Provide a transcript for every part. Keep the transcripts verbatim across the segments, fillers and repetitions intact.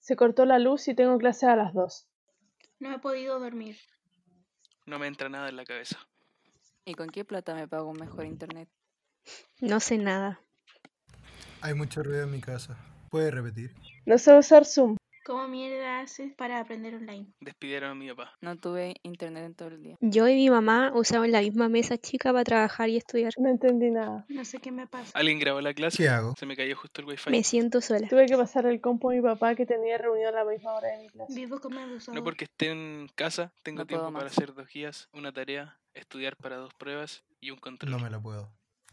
Se cortó la luz y tengo clase a las dos. No he podido dormir. No me entra nada en la cabeza. ¿Y con qué plata me pago mejor internet? No sé nada. Hay mucho ruido en mi casa. ¿Puedes repetir? No sé usar Zoom. ¿Cómo mierda haces para aprender online? Despidieron a mi papá. No tuve internet en todo el día. Yo y mi mamá usamos la misma mesa chica para trabajar y estudiar. No entendí nada. No sé qué me pasa. ¿Alguien grabó la clase? ¿Qué hago? Se me cayó justo el wifi. Me siento sola. Tuve que pasar el compo a mi papá que tenía reunión a la misma hora de mi clase. Vivo como abusado. No porque esté en casa, tengo No tiempo puedo para más. hacer dos guías, una tarea, estudiar para dos pruebas y un control. No me la puedo.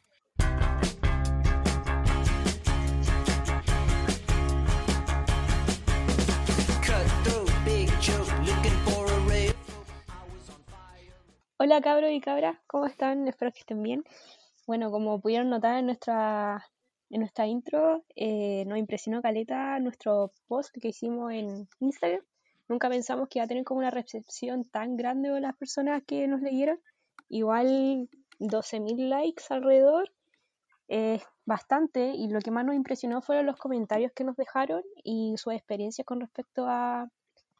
Hola cabros y cabras, ¿cómo están? Espero que estén bien. Bueno, como pudieron notar en nuestra en nuestra intro, eh, nos impresionó caleta nuestro post que hicimos en Instagram. Nunca pensamos que iba a tener como una recepción tan grande de las personas que nos leyeron. Igual doce mil likes alrededor, es bastante, y lo que más nos impresionó fueron los comentarios que nos dejaron y sus experiencias con respecto a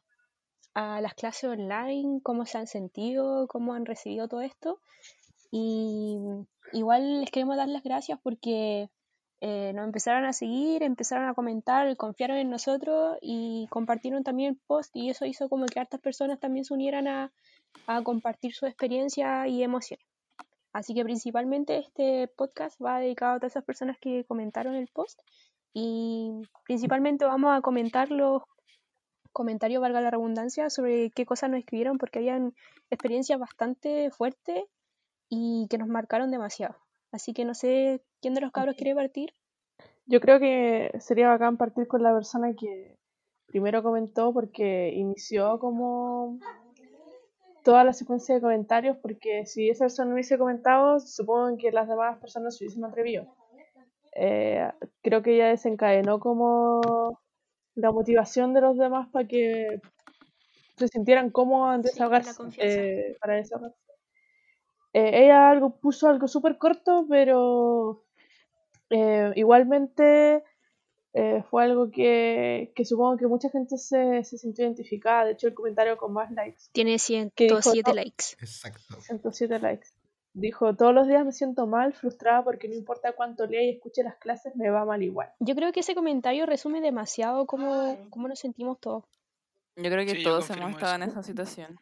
a las clases online, cómo se han sentido, cómo han recibido todo esto. Y igual les queremos dar las gracias porque eh, nos empezaron a seguir, empezaron a comentar, confiaron en nosotros y compartieron también el post, y eso hizo como que hartas personas también se unieran a, a compartir su experiencia y emociones. Así que principalmente este podcast va dedicado a todas esas personas que comentaron el post, y principalmente vamos a comentar los comentarios, valga la redundancia, sobre qué cosas nos escribieron, porque habían experiencias bastante fuertes y que nos marcaron demasiado. Así que no sé quién de los cabros quiere partir. Yo creo que sería bacán partir con la persona que primero comentó, porque inició como toda la secuencia de comentarios, porque si esa persona no hubiese comentado, supongo que las demás personas se hubiesen atrevido. Eh, creo que ella desencadenó como la motivación de los demás para que se sintieran cómodos en Sí, desahogarse, la confianza. eh, para desahogarse. Eh, ella algo puso algo súper corto, pero eh, igualmente eh, fue algo que, que supongo que mucha gente se, se sintió identificada. De hecho, el comentario con más likes, Tiene que ciento dijo siete "To- likes. Exacto. ciento siete likes. Dijo, todos los días me siento mal, frustrada, porque no importa cuánto lea y escuche las clases, me va mal igual. Yo creo que ese comentario resume demasiado cómo, cómo nos sentimos todos. Yo creo que Sí, yo todos confirmo hemos estado eso. en esa situación.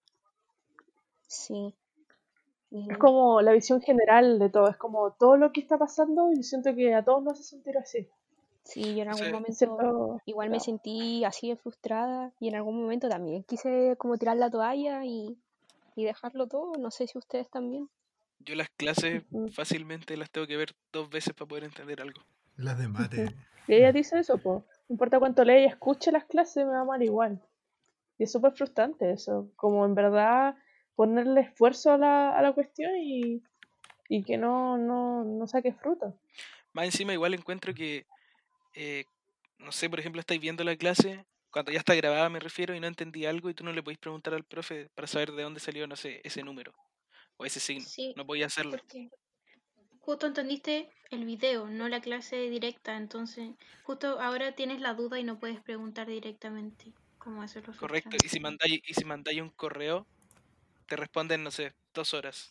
Sí. Y- Es como la visión general de todo, es como todo lo que está pasando, y siento que a todos nos hace sentir así. Sí, yo en O algún sea, momento Excepto- igual me claro. sentí así de frustrada, y en algún momento también quise como tirar la toalla y, y dejarlo todo. No sé si ustedes también. yo las clases Ujú. fácilmente las tengo que ver dos veces para poder entender algo. Las de mate. Y ella dice eso, pues. No importa cuánto lea y escuche las clases, me va mal igual. Y es súper frustrante eso. Como en verdad ponerle esfuerzo a la, a la cuestión y, y que no, no, no saque fruto. Más encima igual encuentro que, eh, no sé, por ejemplo, estáis viendo la clase, cuando ya está grabada me refiero, y no entendí algo y tú no le podéis preguntar al profe para saber de dónde salió, no sé, ese número o ese signo. Sí, No podía hacerlo. porque justo entendiste el video, no la clase directa. Entonces, justo ahora tienes la duda y no puedes preguntar directamente cómo hacerlo. Correcto. Y si mandáis, y si mandáis un correo, te responden, no sé, dos horas.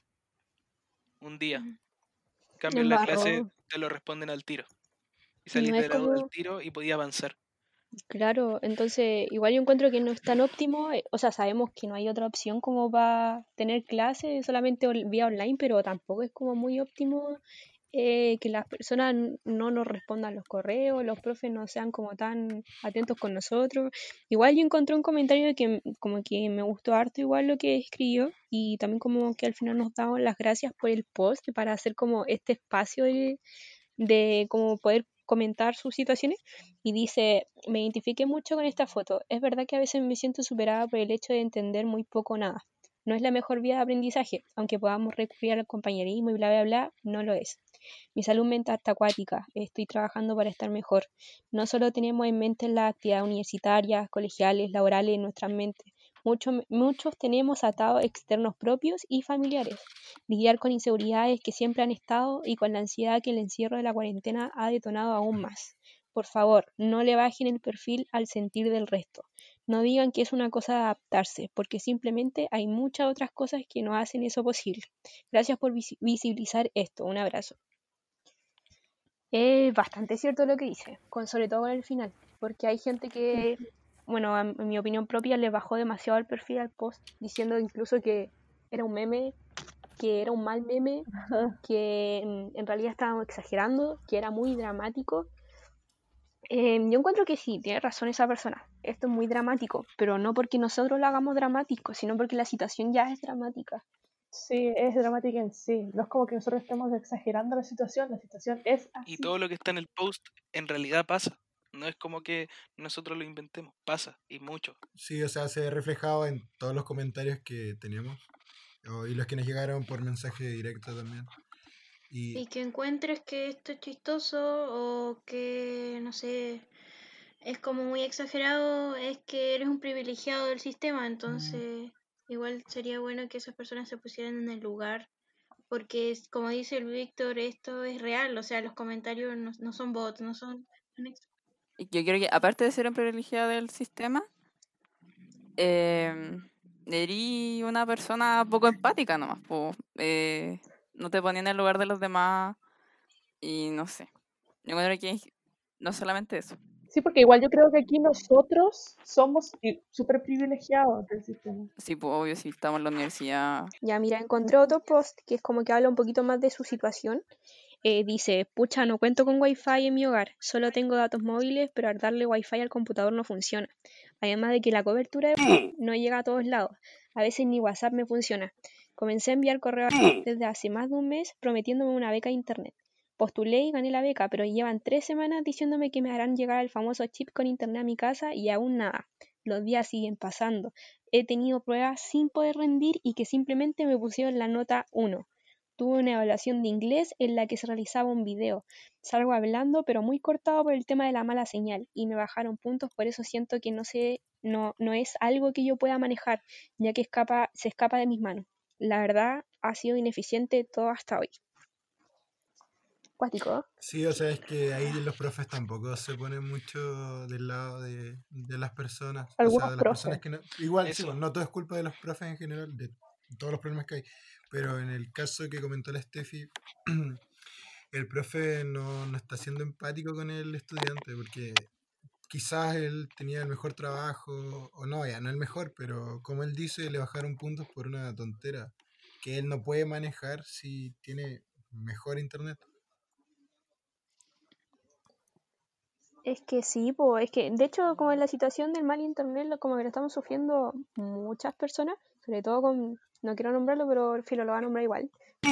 Un día. Ujú. En cambio, en la clase Embarró. te lo responden al tiro. Y No salís es de la duda como- al tiro y podía avanzar. Claro, entonces igual yo encuentro que no es tan óptimo, eh, o sea, sabemos que no hay otra opción como para tener clases solamente ol- vía online, pero tampoco es como muy óptimo eh, que las personas n- no nos respondan los correos, los profes no sean como tan atentos con nosotros. Igual yo encontré un comentario que m- como que me gustó harto igual lo que escribió, y también como que al final nos damos las gracias por el post para hacer como este espacio de, de como poder comentar sus situaciones. Y dice, me identifiqué mucho con esta foto. Es verdad que a veces me siento superada por el hecho de entender muy poco o nada. No es la mejor vía de aprendizaje, aunque podamos recurrir al compañerismo y bla, bla, bla, no lo es. Mi salud mental está acuática, estoy trabajando para estar mejor. No solo tenemos en mente las actividades universitarias, colegiales, laborales en nuestras mentes. Muchos, muchos tenemos atados externos propios y familiares. Lidiar con inseguridades que siempre han estado y con la ansiedad que el encierro de la cuarentena ha detonado aún más. Por favor, no le bajen el perfil al sentir del resto. No digan que es una cosa de adaptarse, porque simplemente hay muchas otras cosas que no hacen eso posible. Gracias por visi- visibilizar esto. Un abrazo. Es bastante cierto lo que dice, con, sobre todo con el final, porque hay gente que, bueno, en mi opinión propia, le bajó demasiado el perfil al post, diciendo incluso que era un meme, que era un mal meme, que en, en realidad estábamos exagerando, que era muy dramático. Eh, yo encuentro que sí, tiene razón esa persona. Esto es muy dramático, pero no porque nosotros lo hagamos dramático, sino porque la situación ya es dramática. Sí, es dramática en sí. No es como que nosotros estemos exagerando la situación, la situación es así. Y todo lo que está en el post en realidad pasa. No es como que nosotros lo inventemos, pasa, y mucho. Sí, o sea, se ve reflejado en todos los comentarios que teníamos o- y los que nos llegaron por mensaje directo también. Y Y que encuentres que esto es chistoso o que, no sé, es como muy exagerado, es que eres un privilegiado del sistema, entonces igual sería bueno que esas personas se pusieran en el lugar, porque es- como dice el Víctor, esto es real, o sea, los comentarios no, no son bots, no son... son ex- Y yo creo que, aparte de ser un privilegiado del sistema, eh, eres una persona poco empática nomás. Po. Eh, no te ponían en el lugar de los demás y no sé. Yo creo que no solamente eso. Sí, porque igual yo creo que aquí nosotros somos i- súper privilegiados del sistema. Sí, pues obvio, si estamos en la universidad. Ya, mira, encontré otro post que es como que habla un poquito más de su situación. Eh, dice, pucha, no cuento con wifi en mi hogar, solo tengo datos móviles, pero al darle wifi al computador no funciona. Además de que la cobertura de no llega a todos lados, a veces ni WhatsApp me funciona. Comencé a enviar correos desde hace más de un mes prometiéndome una beca de internet. Postulé y gané la beca, pero llevan tres semanas diciéndome que me harán llegar el famoso chip con internet a mi casa y aún nada. Los días siguen pasando. He tenido pruebas sin poder rendir y que simplemente me pusieron la nota uno. Tuve una evaluación de inglés en la que se realizaba un video. Salgo hablando, pero muy cortado por el tema de la mala señal, y me bajaron puntos, por eso siento que no sé, no, no es algo que yo pueda manejar, ya que escapa, se escapa de mis manos. La verdad, ha sido ineficiente todo hasta hoy. Cuático. sí, o sea, es que ahí los profes tampoco se ponen mucho del lado de, de las personas. O sea, Algunos de las personas profes. que no. Igual, sí, Eso. pues, no todo es culpa de los profes en general, de todos los problemas que hay. Pero en el caso que comentó la Steffi, el profe no, no está siendo empático con el estudiante, porque quizás él tenía el mejor trabajo, o no, ya no el mejor, pero como él dice, le bajaron puntos por una tontera que él no puede manejar si tiene mejor internet. Es que sí, pues, es que de hecho como en la situación del mal internet, lo- como que lo estamos sufriendo muchas personas, sobre todo con, no quiero nombrarlo, pero filo lo va a nombrar igual.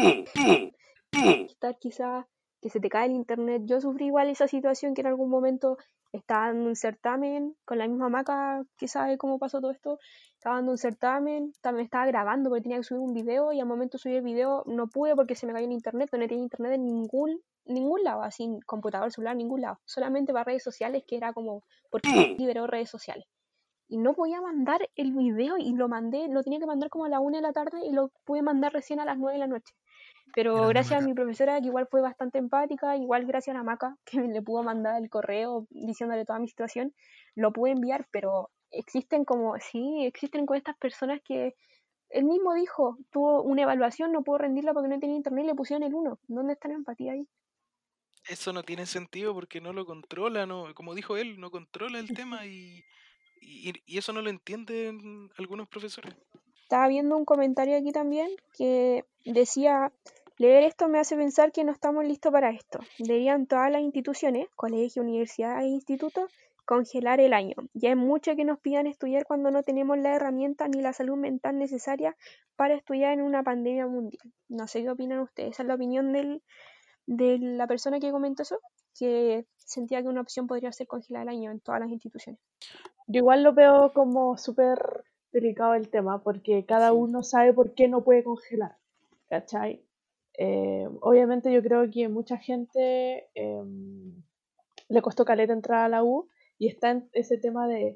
Estar quizás que se te cae el internet. Yo sufrí igual esa situación que en algún momento estaba dando un certamen con la misma maca que sabe cómo pasó todo esto. Estaba dando un certamen, también estaba grabando porque tenía que subir un video y al momento de subir el video no pude porque se me cayó el internet, no tenía internet en ningún ningún lado, así computador, celular, ningún lado, solamente para redes sociales, que era como porque liberó redes sociales. Y no podía mandar el video y lo mandé, lo tenía que mandar como a la una de la tarde y lo pude mandar recién a las nueve de la noche. Pero Grande gracias a Maca. mi profesora, que igual fue bastante empática, igual gracias a la Maca, que le pudo mandar el correo diciéndole toda mi situación, lo pude enviar, pero existen como, sí, existen con estas personas que él mismo dijo, tuvo una evaluación, no pudo rendirla porque no tenía internet y le pusieron el uno. ¿Dónde está la empatía ahí? Eso no tiene sentido porque no lo controla, no, como dijo él, no controla el tema y, y, y eso no lo entienden algunos profesores. Estaba viendo un comentario aquí también que decía, leer esto me hace pensar que no estamos listos para esto. Deberían todas las instituciones, colegios, universidades e institutos, congelar el año. Ya es mucho que nos pidan estudiar cuando no tenemos la herramienta ni la salud mental necesaria para estudiar en una pandemia mundial. No sé qué opinan ustedes. Esa es la opinión del, de la persona que comentó eso, que sentía que una opción podría ser congelar el año en todas las instituciones. Yo igual lo veo como súper delicado el tema, porque cada Sí. uno sabe por qué no puede congelar, ¿cachai? Eh, obviamente yo creo que mucha gente eh, le costó caleta entrar a la U y está en ese tema de,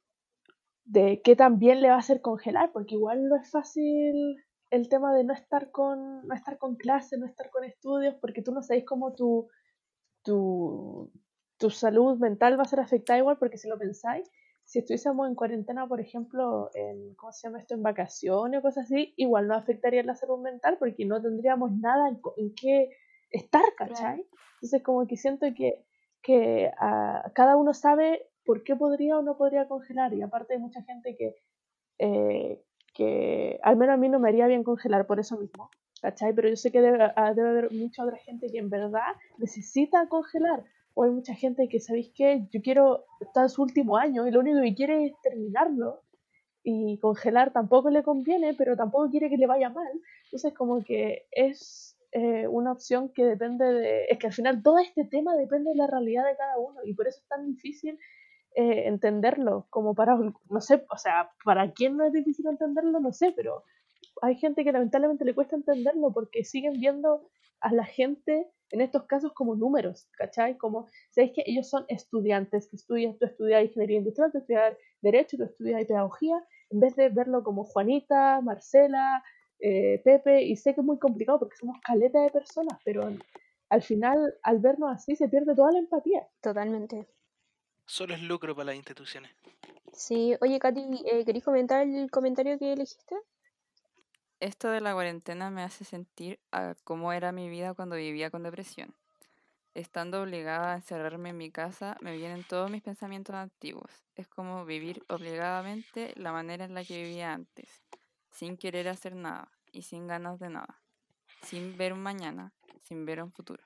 de qué también le va a hacer congelar, porque igual no es fácil el tema de no estar con, no estar con clase, no estar con estudios, porque tú no sabes cómo tu, tu, tu salud mental va a ser afectada igual, porque si lo pensáis, si estuviésemos en cuarentena, por ejemplo, en, ¿cómo se llama esto?, en vacaciones o cosas así, igual nos afectaría la salud mental porque no tendríamos nada en, co- en qué estar, Claro. ¿cachai? Entonces como que siento que, que ah, cada uno sabe por qué podría o no podría congelar, y aparte hay mucha gente que, eh, que al menos a mí no me haría bien congelar por eso mismo, ¿cachai? Pero yo sé que debe, ah, debe haber mucha otra gente que en verdad necesita congelar, o hay mucha gente que, ¿sabéis qué? Yo quiero estar en su último año y lo único que quiere es terminarlo, y congelar tampoco le conviene, pero tampoco quiere que le vaya mal. Entonces como que es eh, una opción que depende de... Es que al final todo este tema depende de la realidad de cada uno, y por eso es tan difícil eh, entenderlo, como para, no sé, o sea, para quién no es difícil entenderlo, no sé, pero hay gente que lamentablemente le cuesta entenderlo porque siguen viendo a la gente en estos casos como números, ¿cachai? Como, ¿sabéis que ellos son estudiantes que estudian, tú estudias ingeniería industrial, tú estudias derecho, tú estudias pedagogía, en vez de verlo como Juanita, Marcela, eh, Pepe, y sé que es muy complicado porque somos caleta de personas, pero al final, al vernos así, se pierde toda la empatía. Totalmente. Solo es lucro para las instituciones. Sí, oye, Katy, eh, ¿querés comentar el comentario que elegiste? Esto de la cuarentena me hace sentir a cómo era mi vida cuando vivía con depresión. Estando obligada a encerrarme en mi casa, me vienen todos mis pensamientos antiguos. Es como vivir obligadamente la manera en la que vivía antes, sin querer hacer nada y sin ganas de nada, sin ver un mañana, sin ver un futuro.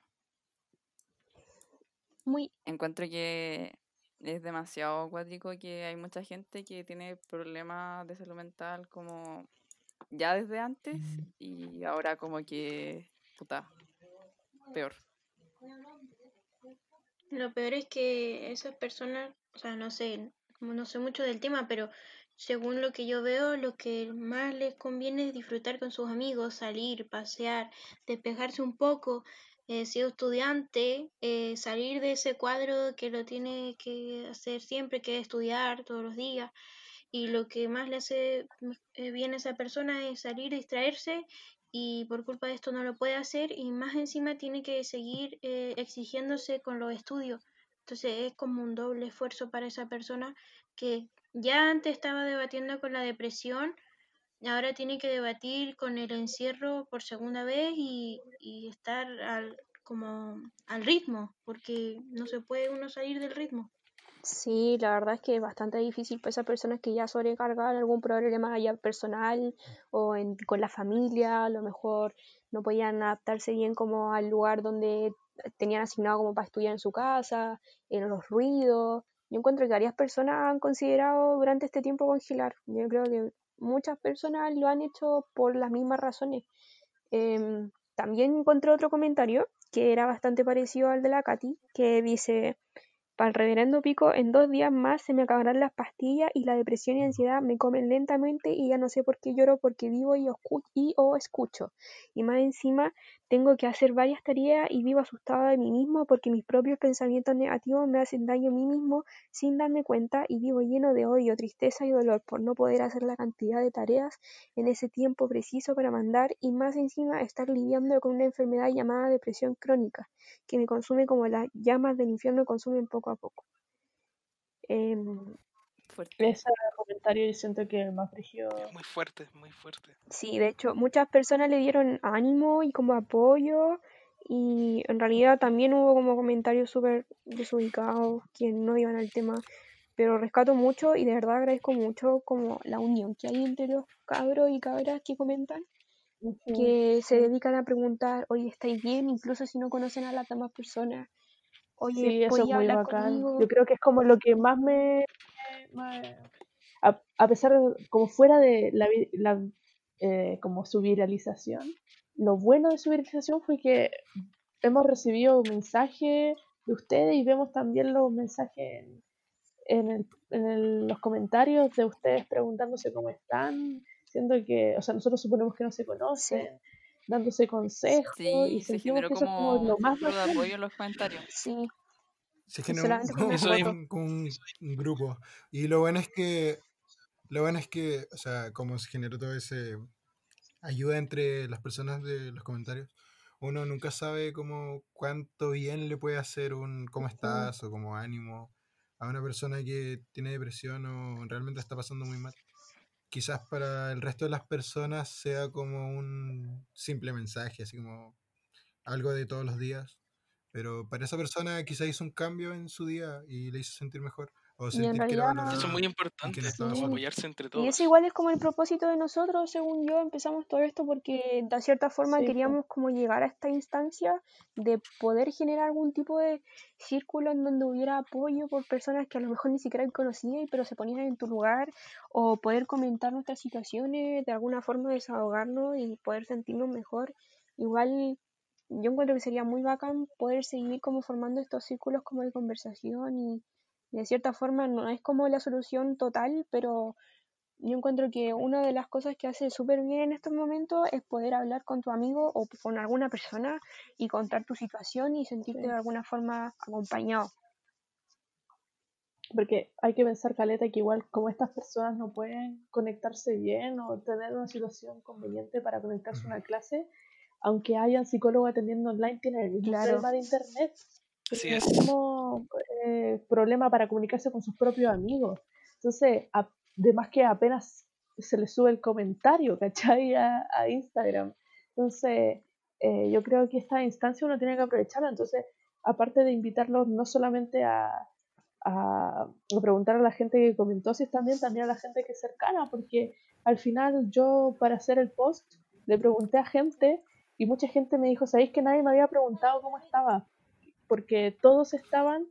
Muy, Encuentro que es demasiado acuático que hay mucha gente que tiene problemas de salud mental como ya desde antes y ahora como que, puta, peor. Lo peor es que esas personas, o sea, no sé, como no sé mucho del tema, pero según lo que yo veo, lo que más les conviene es disfrutar con sus amigos, salir, pasear, despejarse un poco. Eh, si es estudiante, eh, salir de ese cuadro que lo tiene que hacer siempre, que es estudiar todos los días. Y lo que más le hace eh, bien a esa persona es salir, distraerse, y por culpa de esto no lo puede hacer, y más encima tiene que seguir eh, exigiéndose con los estudios. Entonces es como un doble esfuerzo para esa persona que ya antes estaba debatiendo con la depresión, ahora tiene que debatir con el encierro por segunda vez, y, y estar al, como al ritmo, porque no se puede uno salir del ritmo. sí, la verdad es que es bastante difícil para esas personas que ya sobrecargan algún problema ya personal o en- con la familia, a lo mejor no podían adaptarse bien como al lugar donde tenían asignado como para estudiar en su casa, en los ruidos. Yo encuentro que varias personas han considerado durante este tiempo congelar. Yo creo que muchas personas lo han hecho por las mismas razones. Em, también encontré otro comentario que era bastante parecido al de la Katy, que dice: para el reverendo Pico, en dos días más se me acabarán las pastillas y la depresión y ansiedad me comen lentamente y ya no sé por qué lloro, porque vivo y, oscu- y o escucho. Y más encima tengo que hacer varias tareas y vivo asustada de mí mismo porque mis propios pensamientos negativos me hacen daño a mí mismo sin darme cuenta, y vivo lleno de odio, tristeza y dolor por no poder hacer la cantidad de tareas en ese tiempo preciso para mandar, y más encima estar lidiando con una enfermedad llamada depresión crónica que me consume como las llamas del infierno consumen poco a poco. Em, Fuerte. Ese comentario yo siento que es más Es brígido. muy fuerte, muy fuerte. sí, de hecho, muchas personas le dieron ánimo y como apoyo, y en realidad también hubo como comentarios súper desubicados que no iban al tema, pero rescato mucho y de verdad agradezco mucho como la unión que hay entre los cabros y cabras que comentan, Ujú, que se sí. dedican a preguntar, oye, ¿estáis bien? Incluso si no conocen a las demás personas, oye, Sí, eso es ¿podía muy hablar bacán. conmigo? Yo creo que es como lo que más me... me- a, a pesar de, como fuera de la, vi- la, eh, como su viralización, lo bueno de su viralización fue que hemos recibido mensajes de ustedes y vemos también los mensajes en, en, el- en el- los comentarios de ustedes preguntándose cómo están, siendo que, o sea, nosotros suponemos que no se Sí, conocen, dándose consejos, y Sí, se sentimos generó que eso es como como lo un más círculo de bacán. apoyo en los comentarios. sí, Se y generó un, solamente con una Eso foto. mismo. un- un- un grupo. Y lo bueno es que, lo bueno es que, o sea, como se generó todo ese ayuda entre las personas de los comentarios, uno nunca sabe como cuánto bien le puede hacer un cómo Sí. estás o como ánimo a una persona que tiene depresión o realmente está pasando muy mal. Quizás para el resto de las personas sea como un simple mensaje, así como algo de todos los días, pero para esa persona quizás hizo un cambio en su día y le hizo sentir mejor o Y en sentir que era realidad, Eso es muy valorada y que no importante, estaba sí. como solo. apoyarse entre Y eso todos. igual es como el propósito de nosotros, según yo, empezamos todo esto porque de cierta forma Sí, po. queríamos como llegar a esta instancia de poder generar algún tipo de círculo en donde hubiera apoyo por personas que a lo mejor ni siquiera conocías, pero se ponían en tu lugar, o poder comentar nuestras situaciones, de alguna forma desahogarnos y poder sentirnos mejor. Igual yo encuentro que sería muy bacán poder seguir como formando estos círculos como de conversación y de cierta forma no es como la solución total, pero yo encuentro que una de las cosas que hace súper bien en estos momentos es poder hablar con tu amigo o con alguna persona y contar tu situación y sentirte Sí. de alguna forma acompañado. Porque hay que pensar, Caleta, que igual como estas personas no pueden conectarse bien o tener una situación conveniente para conectarse a Ujú. una clase, aunque hayan psicólogos atendiendo online, tienen el mismo Claro. problema de internet, Así tienen el es. mismo eh, problema para comunicarse con sus propios amigos. Entonces, además que apenas se les sube el comentario, ¿cachai? A, a Instagram. Entonces, eh, yo creo que esta instancia uno tiene que aprovecharla. Entonces, aparte de invitarlos no solamente a a, a preguntar a la gente que comentó si están bien, también a la gente que es cercana, porque al final yo para hacer el post le pregunté a gente y mucha gente me dijo, ¿sabéis que nadie me había preguntado cómo estaba? Porque todos estaban,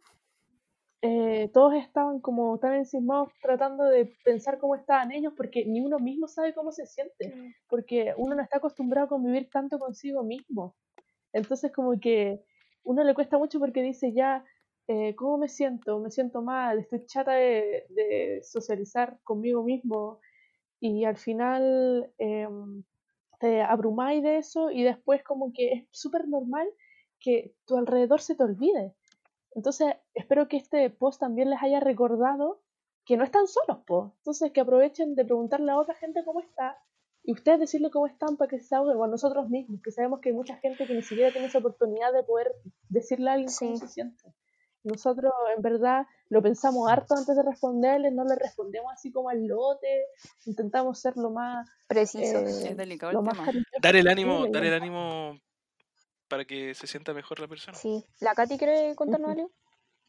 eh, todos estaban como tan ensimismados tratando de pensar cómo estaban ellos, porque ni uno mismo sabe cómo se siente, Claro. porque uno no está acostumbrado a convivir tanto consigo mismo. Entonces como que uno le cuesta mucho porque dice ya, eh, ¿cómo me siento? Me siento mal, estoy chata de, de socializar conmigo mismo y al final eh, te abrumáis de eso y después como que es súper normal que tu alrededor se te olvide. Entonces espero que este post también les haya recordado que no están solos, po. Entonces que aprovechen de preguntarle a otra gente cómo está y ustedes decirle cómo están para que se ahoguen, o a nosotros mismos, que sabemos que hay mucha gente que ni siquiera tiene esa oportunidad de poder decirle a alguien cómo Sí, se siente. Nosotros en verdad lo pensamos harto antes de responderles, no le respondemos así como al lote, intentamos ser lo más, precisos. eh, Es delicado lo el más tema. cariñosos Dar el ánimo, posible. dar el y- ánimo para que se sienta mejor la persona. Sí. ¿La Katy quiere contarnos Ujú. algo?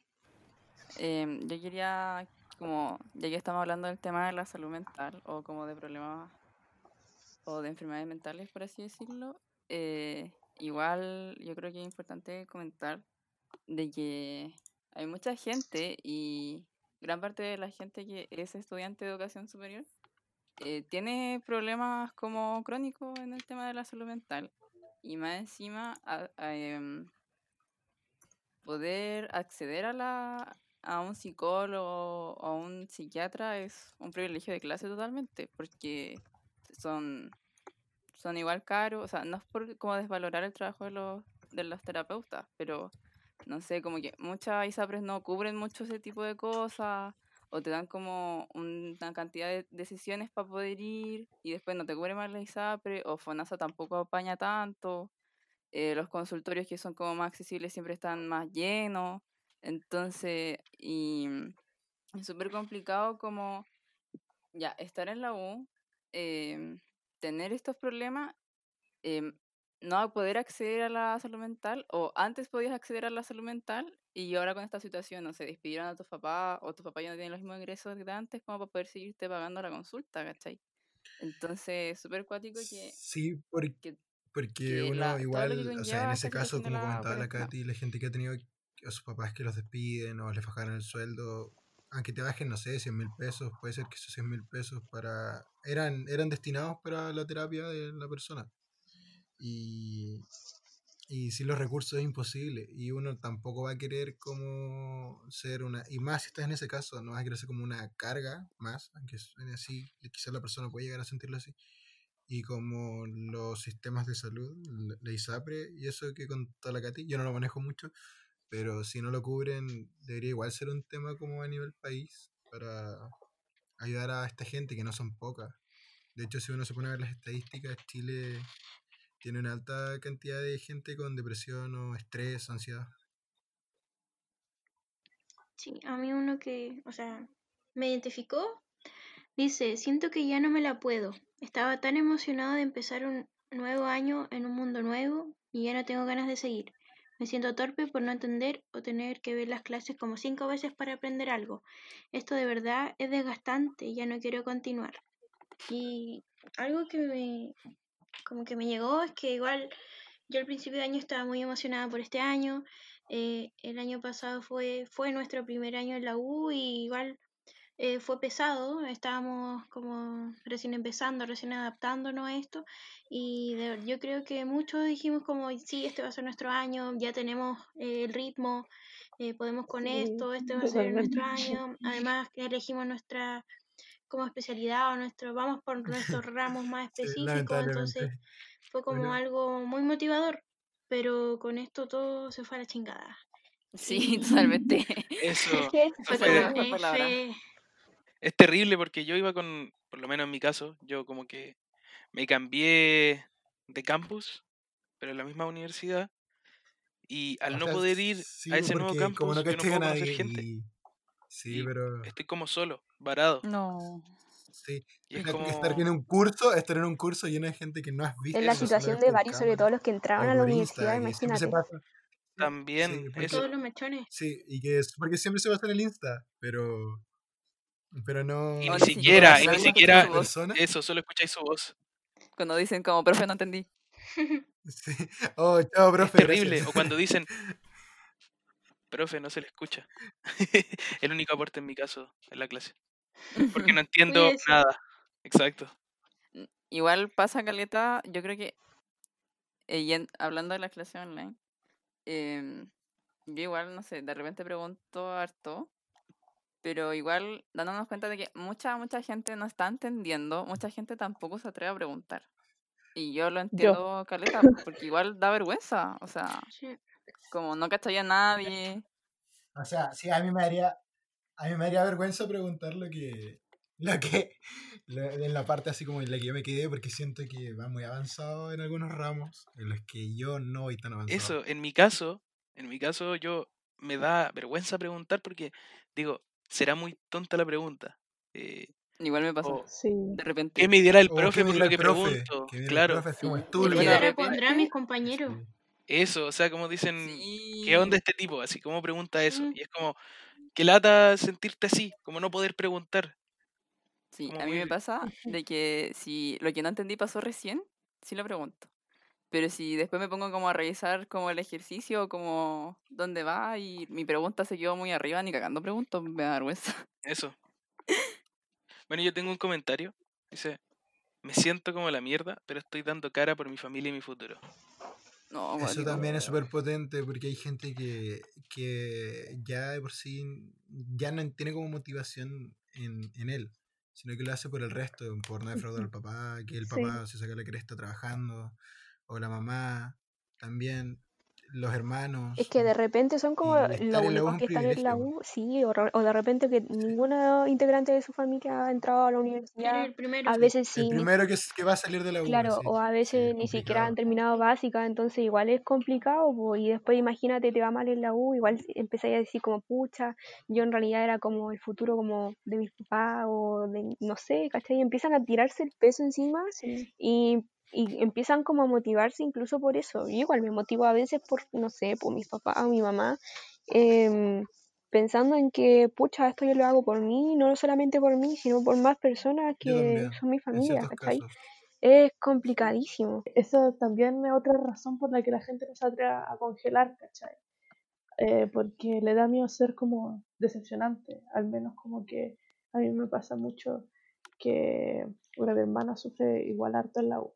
Em, yo quería, como, ya que estamos hablando del tema de la salud mental o como de problemas o de enfermedades mentales, por así decirlo, eh, igual yo creo que es importante comentar de que hay mucha gente y gran parte de la gente que es estudiante de educación superior eh, tiene problemas como crónicos en el tema de la salud mental. Y más encima, a- a, em, poder acceder a, la, a un psicólogo o a un psiquiatra es un privilegio de clase totalmente, porque son, son igual caros, o sea, no es por como desvalorar el trabajo de los, de los terapeutas, pero no sé, como que muchas ISAPRES no cubren mucho ese tipo de cosas, o te dan como una cantidad de decisiones para poder ir, y después no te cubre más la ISAPRE, o FONASA tampoco apaña tanto, eh, los consultorios que son como más accesibles siempre están más llenos, entonces, y mm, es súper complicado como ya estar en la U, em, tener estos problemas, em, no poder acceder a la salud mental, o antes podías acceder a la salud mental y ahora con esta situación, no sé, despidieron a tus papás o tus papás ya no tienen los mismos ingresos que antes como para poder seguirte pagando la consulta, ¿cachai? Entonces, súper cuático que, Sí, por- que, porque que uno la, todo lo que igual, o sea, en conlleva ese esta caso, situación de como la comentaba la cuarentena. Katy, la gente que ha tenido a sus papás que los despiden o les bajaron el sueldo, aunque te bajen, no sé, cien mil pesos, puede ser que esos cien mil pesos para eran, eran destinados para la terapia de la persona. Y, y sin los recursos es imposible. Y uno tampoco va a querer como ser una, y más si estás en ese caso, no vas a querer ser como una carga más, aunque suene así, quizás la persona puede llegar a sentirlo así y como los sistemas de salud, la la ISAPRE y eso que contó la Katy, yo no lo manejo mucho, pero si no lo cubren, debería igual ser un tema como a nivel país para ayudar a esta gente que no son pocas. De hecho, si uno se pone a ver las estadísticas, Chile tiene una alta cantidad de gente con depresión o estrés, ansiedad. Sí, a mí uno que, o sea, me identificó, dice, siento que ya no me la puedo. Estaba tan emocionado de empezar un nuevo año en un mundo nuevo y ya no tengo ganas de seguir. Me siento torpe por no entender o tener que ver las clases como cinco veces para aprender algo. Esto de verdad es desgastante y ya no quiero continuar. Y algo que me, como que me llegó es que igual yo al principio de año estaba muy emocionada por este año. Eh, el año pasado fue, fue nuestro primer año en la U y igual eh, fue pesado. Estábamos como recién empezando, recién adaptándonos a esto. Y de- yo creo que muchos dijimos como, sí, este va a ser nuestro año, ya tenemos eh, el ritmo, eh, podemos con Sí, esto, este va a ser totalmente. nuestro año. Además que elegimos nuestra como especialidad o nuestro, vamos por nuestros ramos más Sí, específicos, entonces lamentablemente. fue como Uno, algo muy motivador, pero con esto todo se fue a la chingada. Sí, Y totalmente. Eso, Es que eso fue Esa es la fue, como mejor palabra. F. es terrible porque yo iba con, por lo menos en mi caso, yo como que me cambié de campus, pero en la misma universidad, y al o no sea, poder ir a sí, ese nuevo porque como no campus, yo no castiga a puedo conocer nadie gente, y sí, y pero estoy como solo, varado, No. sí, y es imagínate que estar en como un curso, estar en un curso lleno de gente que no has Es la visto eso, situación solamente de por varios, sobre cámara todo los que entraron o a la por universidad, Insta, que siempre se imagínate. pasa. Sí, también porque eso, Todos los mechones. sí, y que es porque siempre se pasa en el Insta, pero pero y no ni O ni no siquiera, siquiera, y conoces ni solamente a escucháis siquiera su la voz. persona. eso, solo escucháis su voz. Cuando dicen como, profe, no entendí. Sí. Oh, chao, Es profe, terrible, gracias. o cuando dicen, profe, no se le escucha. El único aporte en mi caso en la clase, porque no entiendo Cuídese. nada, exacto. Igual pasa caleta, yo creo que, eh, yen- hablando de la clase online, em, yo igual, no sé, de repente pregunto harto, pero igual dándonos cuenta de que mucha, mucha gente no está entendiendo, mucha gente tampoco se atreve a preguntar. Y yo lo Yo, entiendo, caleta, porque igual da vergüenza, o sea, Sí. como no cacharía a nadie. O sea, sí, a mí me daría, a mí me daría vergüenza preguntar lo que, lo que, lo- en la parte así como en la que yo me quedé, porque siento que va muy avanzado en algunos ramos en los que yo no voy tan avanzado. Eso, en mi caso, en mi caso yo me da vergüenza preguntar porque digo, será muy tonta la pregunta. Eh, Igual me pasa, o sí. de ¿qué repente. me dirá el O qué profe me por dirá lo el que profe, pregunto? que viene el Claro, profe, así como Sí, estúpido. es ¿Qué que de cara pondrá mis repente, compañeros? Sí. eso, o sea, como dicen, ¿qué sí, onda este tipo? Así, ¿cómo pregunta eso? Mm, Y es como, qué lata sentirte así, como no poder preguntar. sí, Como a mí me muy, pasa de que si lo que no entendí pasó recién, sí lo pregunto. Pero si después me pongo como a revisar como el ejercicio, como dónde va y mi pregunta se quedó muy arriba, ni cagando pregunto, me da vergüenza. eso. Bueno, yo tengo un comentario. Dice, me siento como la mierda, pero estoy dando cara por mi familia y mi futuro. No, Eso guático. también es súper potente porque hay gente que, que ya de por sí ya no tiene como motivación en, en él, sino que lo hace por el resto, por no defraudar al papá, que el Sí. papá se saca la cresta trabajando, o la mamá, también los hermanos. Es que de repente son como Y estar los en la U es únicos un que están en la privilegio. U, sí, o, re- o de repente que ninguna integrante de su familia ha entrado a la Eres universidad, el primero. a Sí, veces el sí, primero que, es- que va a salir de la U, claro, así. o a Sí, veces es ni siquiera han complicado. terminado básica, entonces igual es complicado, po, y después imagínate, te va mal en la U, igual empezáis a decir como, pucha, yo en realidad era como el futuro como de mis papás, o de, no sé, ¿cachai? Y empiezan a tirarse el peso encima Sí. y, y empiezan como a motivarse incluso por eso. Yo igual me motivo a veces por, no sé, por mis papás o mi mamá, em, pensando en que, pucha, esto yo lo hago por mí, no solamente por mí, sino por más personas Yo que también, son mi en familia, ciertos ¿cachai? casos. Es complicadísimo. Eso también es otra razón por la que la gente no se atreve a congelar, ¿cachai? Eh, porque le da miedo ser como decepcionante, al menos como que a mí me pasa mucho que una mi hermana sufre igual harto en la U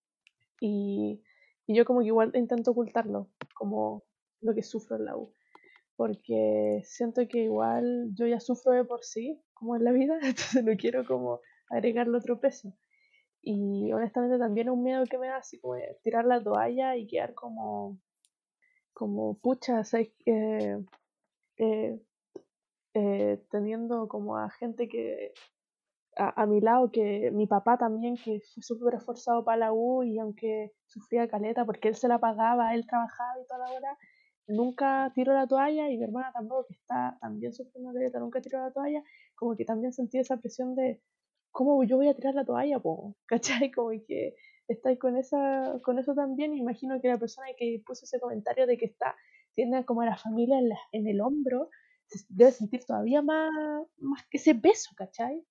y, y yo como que igual intento ocultarlo, como lo que sufro en la U, porque siento que igual yo ya sufro de por sí, como en la vida, entonces no quiero como agregarle otro peso. Y honestamente también es un miedo que me da así como de tirar la toalla y quedar como, como pucha, ¿sabes? Eh, eh, eh, teniendo como a gente que a, a mi lado, que mi papá también, que fue súper esforzado para la U y aunque sufría caleta porque él se la pagaba, él trabajaba y toda la hora, nunca tiró la toalla, y mi hermana tampoco, que está también sufriendo caleta, nunca tiró la toalla, como que también sentí esa presión de ¿cómo yo voy a tirar la toalla, po? ¿Cachai? Como que estáis con esa, con eso también. Imagino que la persona que puso ese comentario de que está, tiene como a la familia en, la, en el hombro, se debe sentir todavía más, más que ese peso, ¿cachai?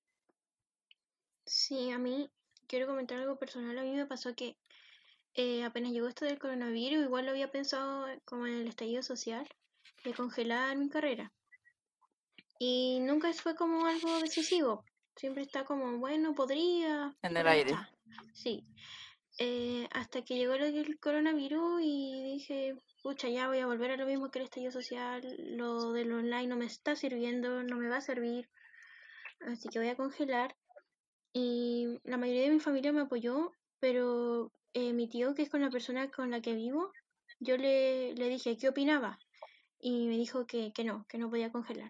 Sí, a mí quiero comentar algo personal. A mí me pasó que eh, apenas llegó esto del coronavirus, igual lo había pensado como en el estallido social, de congelar mi carrera. Y nunca fue como algo decisivo. Siempre está como, bueno, podría. En por el ahí aire. está. Sí. Eh, hasta que llegó lo del coronavirus y dije, pucha, ya voy a volver a lo mismo que el estallido social. Lo del online no me está sirviendo, no me va a servir. Así que voy a congelar. Y la mayoría de mi familia me apoyó, pero eh, mi tío, que es con la persona con la que vivo, yo le, le dije qué opinaba. Y me dijo que, que no, que no podía congelar.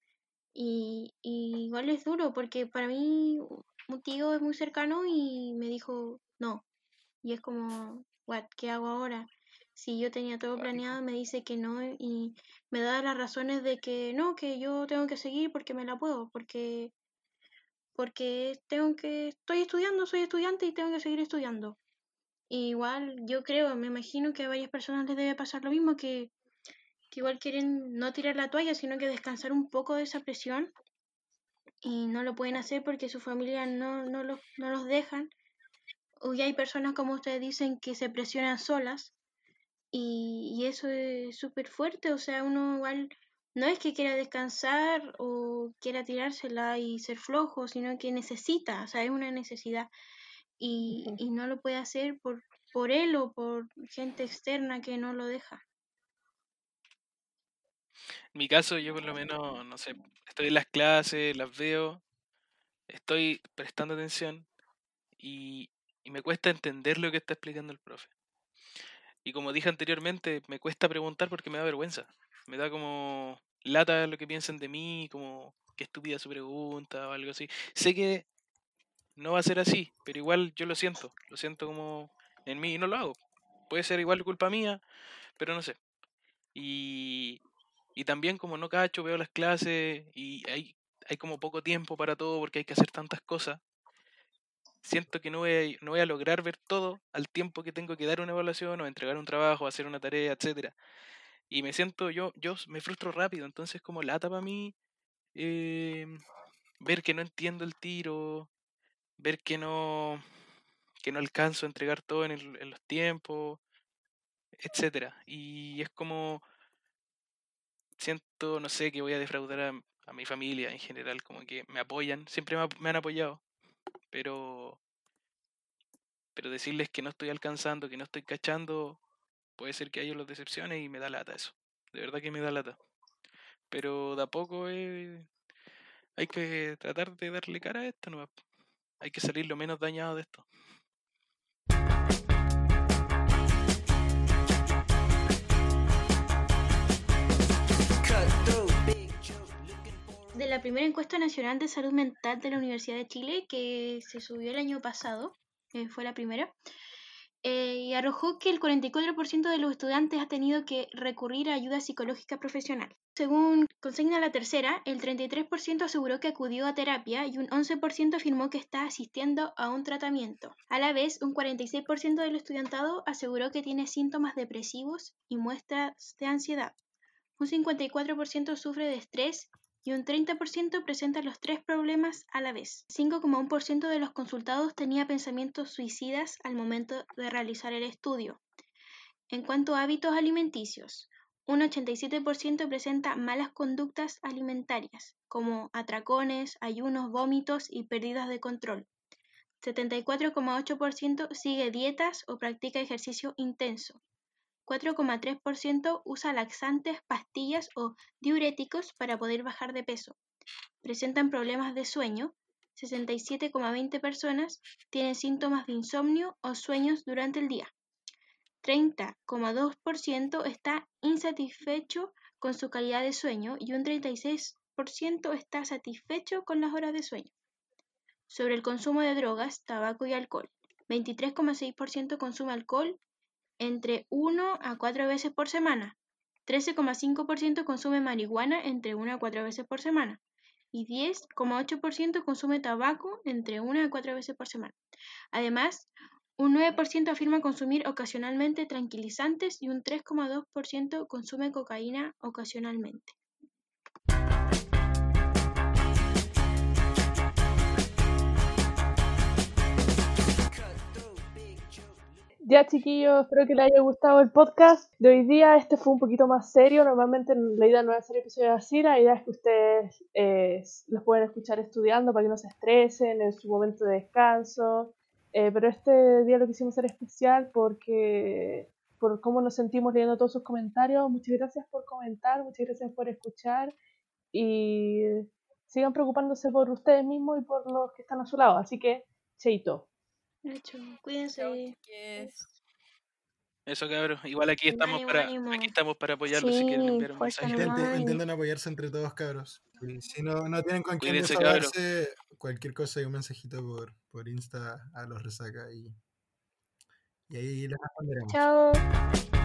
Y, y igual es duro porque para mí un tío es muy cercano y me dijo no. Y es como, what, ¿qué hago ahora? Si yo tenía todo planeado, me dice que no y me da las razones de que no, que yo tengo que seguir porque me la puedo, porque, porque tengo que, estoy estudiando, soy estudiante y tengo que seguir estudiando. Y igual yo creo, me imagino que a varias personas les debe pasar lo mismo, que, que igual quieren no tirar la toalla, sino que descansar un poco de esa presión y no lo pueden hacer porque su familia no, no, los, no los dejan. O ya hay personas, como ustedes dicen, que se presionan solas y, y eso es súper fuerte. O sea, uno igual no es que quiera descansar o quiera tirársela y ser flojo, sino que necesita, o sea, es una necesidad y, Ujú. y no lo puede hacer por, por él o por gente externa que no lo deja. En mi caso, yo por lo menos, no sé, estoy en las clases, las veo, estoy prestando atención y, y me cuesta entender lo que está explicando el profe. Y como dije anteriormente, me cuesta preguntar porque me da vergüenza. Me da como lata lo que piensan de mí, como qué estúpida su pregunta o algo así. Sé que no va a ser así, pero igual yo lo siento. Lo siento como en mí y no lo hago. Puede ser igual culpa mía, pero no sé. Y, y también como no cacho, veo las clases y hay, hay como poco tiempo para todo porque hay que hacer tantas cosas. Siento que no voy, a, no voy a lograr ver todo al tiempo que tengo que dar una evaluación o entregar un trabajo, hacer una tarea, etcétera. Y me siento, yo, yo me frustro rápido, entonces como lata para mí eh, ver que no entiendo el tiro, ver que no, que no alcanzo a entregar todo en, el- en los tiempos, etcétera. Y es como siento, no sé, que voy a defraudar a, a mi familia en general, como que me apoyan, siempre me, ap- me han apoyado, pero, pero decirles que no estoy alcanzando, que no estoy cachando, puede ser que a ellos los decepcione y me da lata eso. De verdad que me da lata. Pero de a poco eh, hay que tratar de darle cara a esto, ¿no? Hay que salir lo menos dañado de esto. De la primera encuesta nacional de salud mental de la Universidad de Chile, que se subió el año pasado, eh, fue la primera, eh, y arrojó que el cuarenta y cuatro por ciento de los estudiantes ha tenido que recurrir a ayuda psicológica profesional. Según consigna la tercera, el treinta y tres por ciento aseguró que acudió a terapia y un once por ciento afirmó que está asistiendo a un tratamiento. A la vez, un cuarenta y seis por ciento del estudiantado aseguró que tiene síntomas depresivos y muestras de ansiedad. Un cincuenta y cuatro por ciento sufre de estrés y un treinta por ciento presenta los tres problemas a la vez. cinco coma uno por ciento de los consultados tenía pensamientos suicidas al momento de realizar el estudio. En cuanto a hábitos alimenticios, un ochenta y siete por ciento presenta malas conductas alimentarias, como atracones, ayunos, vómitos y pérdidas de control. setenta y cuatro coma ocho por ciento sigue dietas o practica ejercicio intenso. cuatro coma tres por ciento usa laxantes, pastillas o diuréticos para poder bajar de peso. Presentan problemas de sueño. sesenta y siete coma veinte personas tienen síntomas de insomnio o sueños durante el día. treinta coma dos por ciento está insatisfecho con su calidad de sueño y un treinta y seis por ciento está satisfecho con las horas de sueño. Sobre el consumo de drogas, tabaco y alcohol. veintitrés coma seis por ciento consume alcohol entre una a cuatro veces por semana. trece coma cinco por ciento consume marihuana entre una a cuatro veces por semana. Y diez coma ocho por ciento consume tabaco entre una a cuatro veces por semana. Además, un nueve por ciento afirma consumir ocasionalmente tranquilizantes y un tres coma dos por ciento consume cocaína ocasionalmente. Ya, chiquillos, espero que les haya gustado el podcast de hoy día. Este fue un poquito más serio. Normalmente la idea no es hacer episodios así. La idea es que ustedes eh, los pueden escuchar estudiando para que no se estresen en su momento de descanso. Eh, pero este día lo quisimos hacer especial porque por cómo nos sentimos leyendo todos sus comentarios. Muchas gracias por comentar, muchas gracias por escuchar y sigan preocupándose por ustedes mismos y por los que están a su lado. Así que, cheito. Hecho, cuídense. Chao, chiques. Eso, cabros. Igual aquí estamos Ánimo, para ánimo. aquí estamos para apoyarlos si quieren Sí, enviar un fuerza mensaje. nomás. Intenten, Ay. intenten apoyarse entre todos, cabros. Y si no, no tienen con quién Cuídense, cabros. desahogarse, cualquier cosa hay un mensajito por, por Insta a los resaca y, y ahí les responderemos. Chao.